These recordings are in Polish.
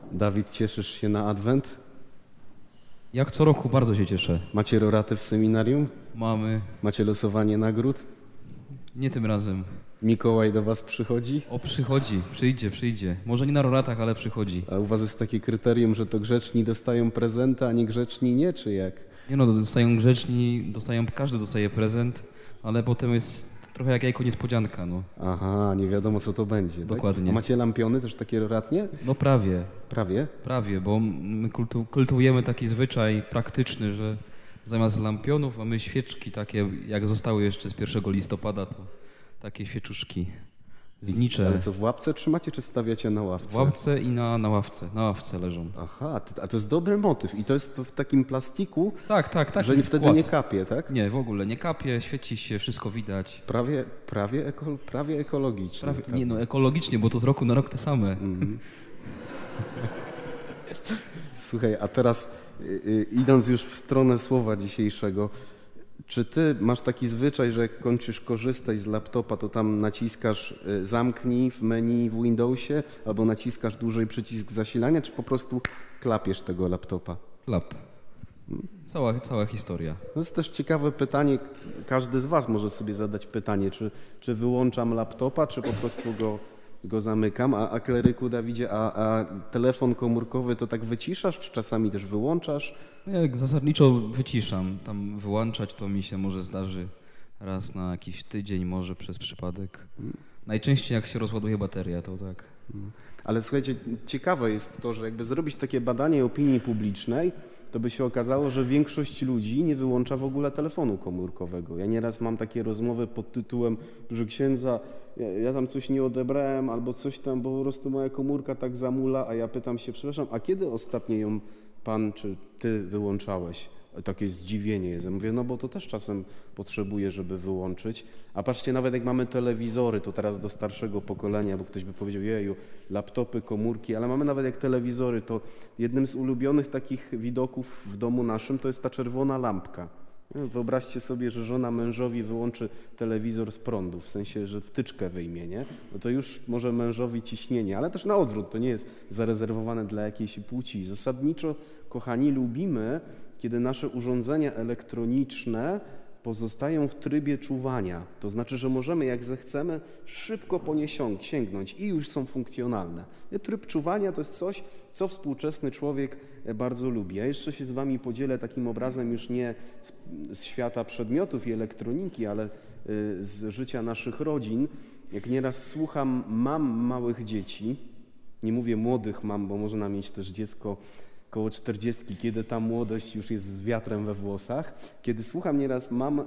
Dawid, cieszysz się na Adwent? Jak co roku bardzo się cieszę. Macie roraty w seminarium? Mamy. Macie losowanie nagród? Nie tym razem. Mikołaj do was przychodzi? O, przychodzi. Przyjdzie. Może nie na roratach, ale przychodzi. A u was jest takie kryterium, że to grzeczni dostają prezenty, a niegrzeczni nie, czy jak? Nie no, dostają grzeczni, każdy dostaje prezent, ale potem jest trochę jak jajko niespodzianka, no. Aha, nie wiadomo co to będzie. Dokładnie. Tak? A macie lampiony też takie roratnie? No prawie. Prawie? Prawie, bo my kultywujemy taki zwyczaj praktyczny, że zamiast lampionów mamy świeczki takie, jak zostały jeszcze z 1 listopada, to takie świeczuszki znicze. Ale co, w łapce trzymacie, czy stawiacie na ławce? W ławce i na ławce. Na ławce leżą. Aha, a to jest dobry motyw. I to jest w takim plastiku, Tak. że wtedy nie kapie, tak? Nie, w ogóle nie kapie, świeci się, wszystko widać. Prawie ekologicznie. Nie no, ekologicznie, bo to z roku na rok te same. Słuchaj, a teraz idąc już w stronę słowa dzisiejszego, czy ty masz taki zwyczaj, że jak kończysz korzystać z laptopa, to tam naciskasz zamknij w menu w Windowsie albo naciskasz dłużej przycisk zasilania, czy po prostu klapiesz tego laptopa? Klap. Cała historia. To jest też ciekawe pytanie, każdy z was może sobie zadać pytanie, czy wyłączam laptopa, czy po prostu go zamykam, a kleryku Dawidzie, a telefon komórkowy to tak wyciszasz, czy czasami też wyłączasz? Ja zasadniczo wyciszam. Tam wyłączać to mi się może zdarzy raz na jakiś tydzień, może przez przypadek. Najczęściej jak się rozładuje bateria, to tak. Ale słuchajcie, ciekawe jest to, że jakby zrobić takie badanie opinii publicznej, to by się okazało, że większość ludzi nie wyłącza w ogóle telefonu komórkowego. Ja nieraz mam takie rozmowy pod tytułem, że księdza, ja tam coś nie odebrałem albo coś tam, bo po prostu moja komórka tak zamula, a ja pytam się, przepraszam, a kiedy ostatnio ją pan czy ty wyłączałeś? Takie zdziwienie jest. Ja mówię, no bo to też czasem potrzebuję, żeby wyłączyć. A patrzcie, nawet jak mamy telewizory, to teraz do starszego pokolenia, bo ktoś by powiedział, jeju, laptopy, komórki, ale mamy nawet jak telewizory, to jednym z ulubionych takich widoków w domu naszym to jest ta czerwona lampka. Wyobraźcie sobie, że żona mężowi wyłączy telewizor z prądu, w sensie, że wtyczkę wyjmie, nie? No to już może mężowi ciśnienie, ale też na odwrót, to nie jest zarezerwowane dla jakiejś płci. Zasadniczo, kochani, lubimy, kiedy nasze urządzenia elektroniczne pozostają w trybie czuwania. To znaczy, że możemy, jak zechcemy, szybko po nie sięgnąć i już są funkcjonalne. Tryb czuwania to jest coś, co współczesny człowiek bardzo lubi. Ja jeszcze się z wami podzielę takim obrazem już nie z świata przedmiotów i elektroniki, ale z życia naszych rodzin. Jak nieraz słucham mam małych dzieci, nie mówię młodych mam, bo można mieć też dziecko koło 40, kiedy ta młodość już jest z wiatrem we włosach. Kiedy słucham nieraz mam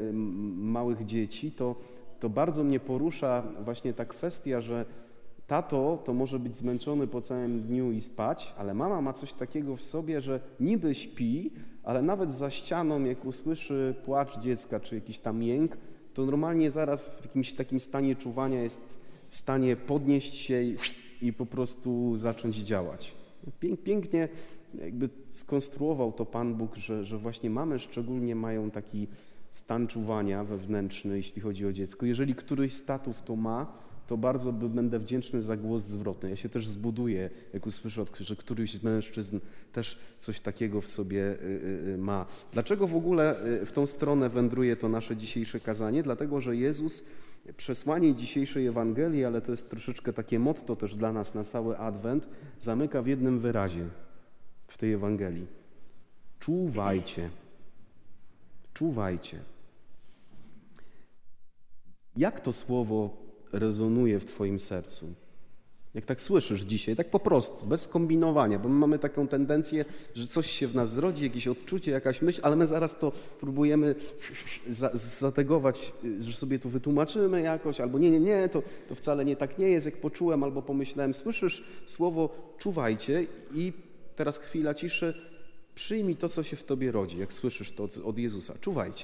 małych dzieci, to bardzo mnie porusza właśnie ta kwestia, że tato to może być zmęczony po całym dniu i spać, ale mama ma coś takiego w sobie, że niby śpi, ale nawet za ścianą, jak usłyszy płacz dziecka czy jakiś tam jęk, to normalnie zaraz w jakimś takim stanie czuwania jest w stanie podnieść się i po prostu zacząć działać. Pięknie jakby skonstruował to Pan Bóg, że właśnie mamy szczególnie mają taki stan czuwania wewnętrzny, jeśli chodzi o dziecko. Jeżeli któryś z tatów to ma, to bardzo będę wdzięczny za głos zwrotny. Ja się też zbuduję, jak usłyszę, że któryś z mężczyzn też coś takiego w sobie ma. Dlaczego w ogóle w tą stronę wędruje to nasze dzisiejsze kazanie? Dlatego, że Jezus przesłanie dzisiejszej Ewangelii, ale to jest troszeczkę takie motto też dla nas na cały Adwent, zamyka w jednym wyrazie w tej Ewangelii. Czuwajcie. Czuwajcie. Jak to słowo rezonuje w twoim sercu? Jak tak słyszysz dzisiaj, tak po prostu, bez kombinowania, bo my mamy taką tendencję, że coś się w nas zrodzi, jakieś odczucie, jakaś myśl, ale my zaraz to próbujemy zategować, że sobie to wytłumaczymy jakoś, albo nie, to wcale nie tak nie jest, jak poczułem albo pomyślałem. Słyszysz słowo czuwajcie i teraz chwila ciszy, przyjmij to, co się w tobie rodzi, jak słyszysz to od Jezusa. Czuwajcie.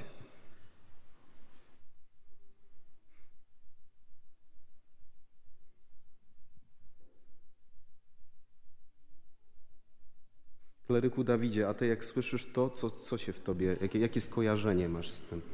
Kleryku Dawidzie, a ty jak słyszysz to, co się w tobie, jakie skojarzenie masz z tym?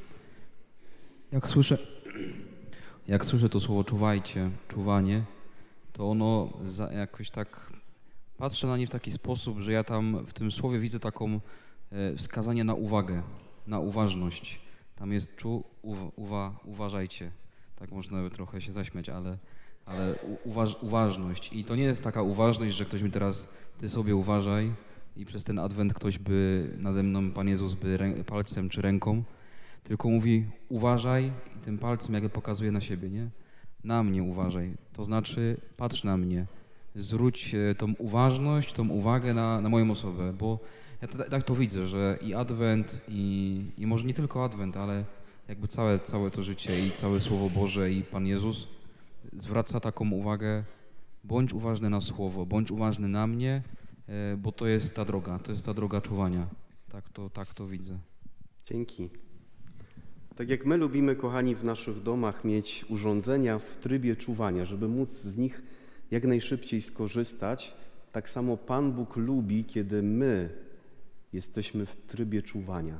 Jak słyszę to słowo czuwajcie, czuwanie, to ono jakoś tak patrzę na nie w taki sposób, że ja tam w tym słowie widzę taką wskazanie na uwagę, na uważność. Tam jest uważajcie. Tak można by trochę się zaśmiać, ale uważność. I to nie jest taka uważność, że ktoś mi teraz, ty sobie uważaj i przez ten adwent ktoś by nade mną, Pan Jezus by palcem czy ręką, tylko mówi uważaj i tym palcem jakby pokazuje na siebie, nie? Na mnie uważaj, to znaczy patrz na mnie, zwróć tą uważność, tą uwagę na moją osobę, bo ja tak to widzę, że i adwent i może nie tylko adwent, ale jakby całe to życie i całe Słowo Boże i Pan Jezus zwraca taką uwagę, bądź uważny na Słowo, bądź uważny na mnie, bo to jest ta droga czuwania. Tak to widzę. Dzięki. Tak jak my lubimy, kochani, w naszych domach mieć urządzenia w trybie czuwania, żeby móc z nich jak najszybciej skorzystać, tak samo Pan Bóg lubi, kiedy my jesteśmy w trybie czuwania.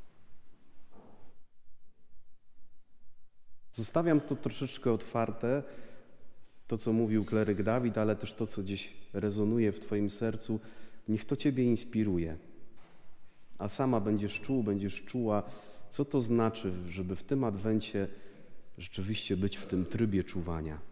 Zostawiam to troszeczkę otwarte, to co mówił kleryk Dawid, ale też to, co gdzieś rezonuje w Twoim sercu, niech to Ciebie inspiruje. A sama będziesz czuła, co to znaczy, żeby w tym adwencie rzeczywiście być w tym trybie czuwania.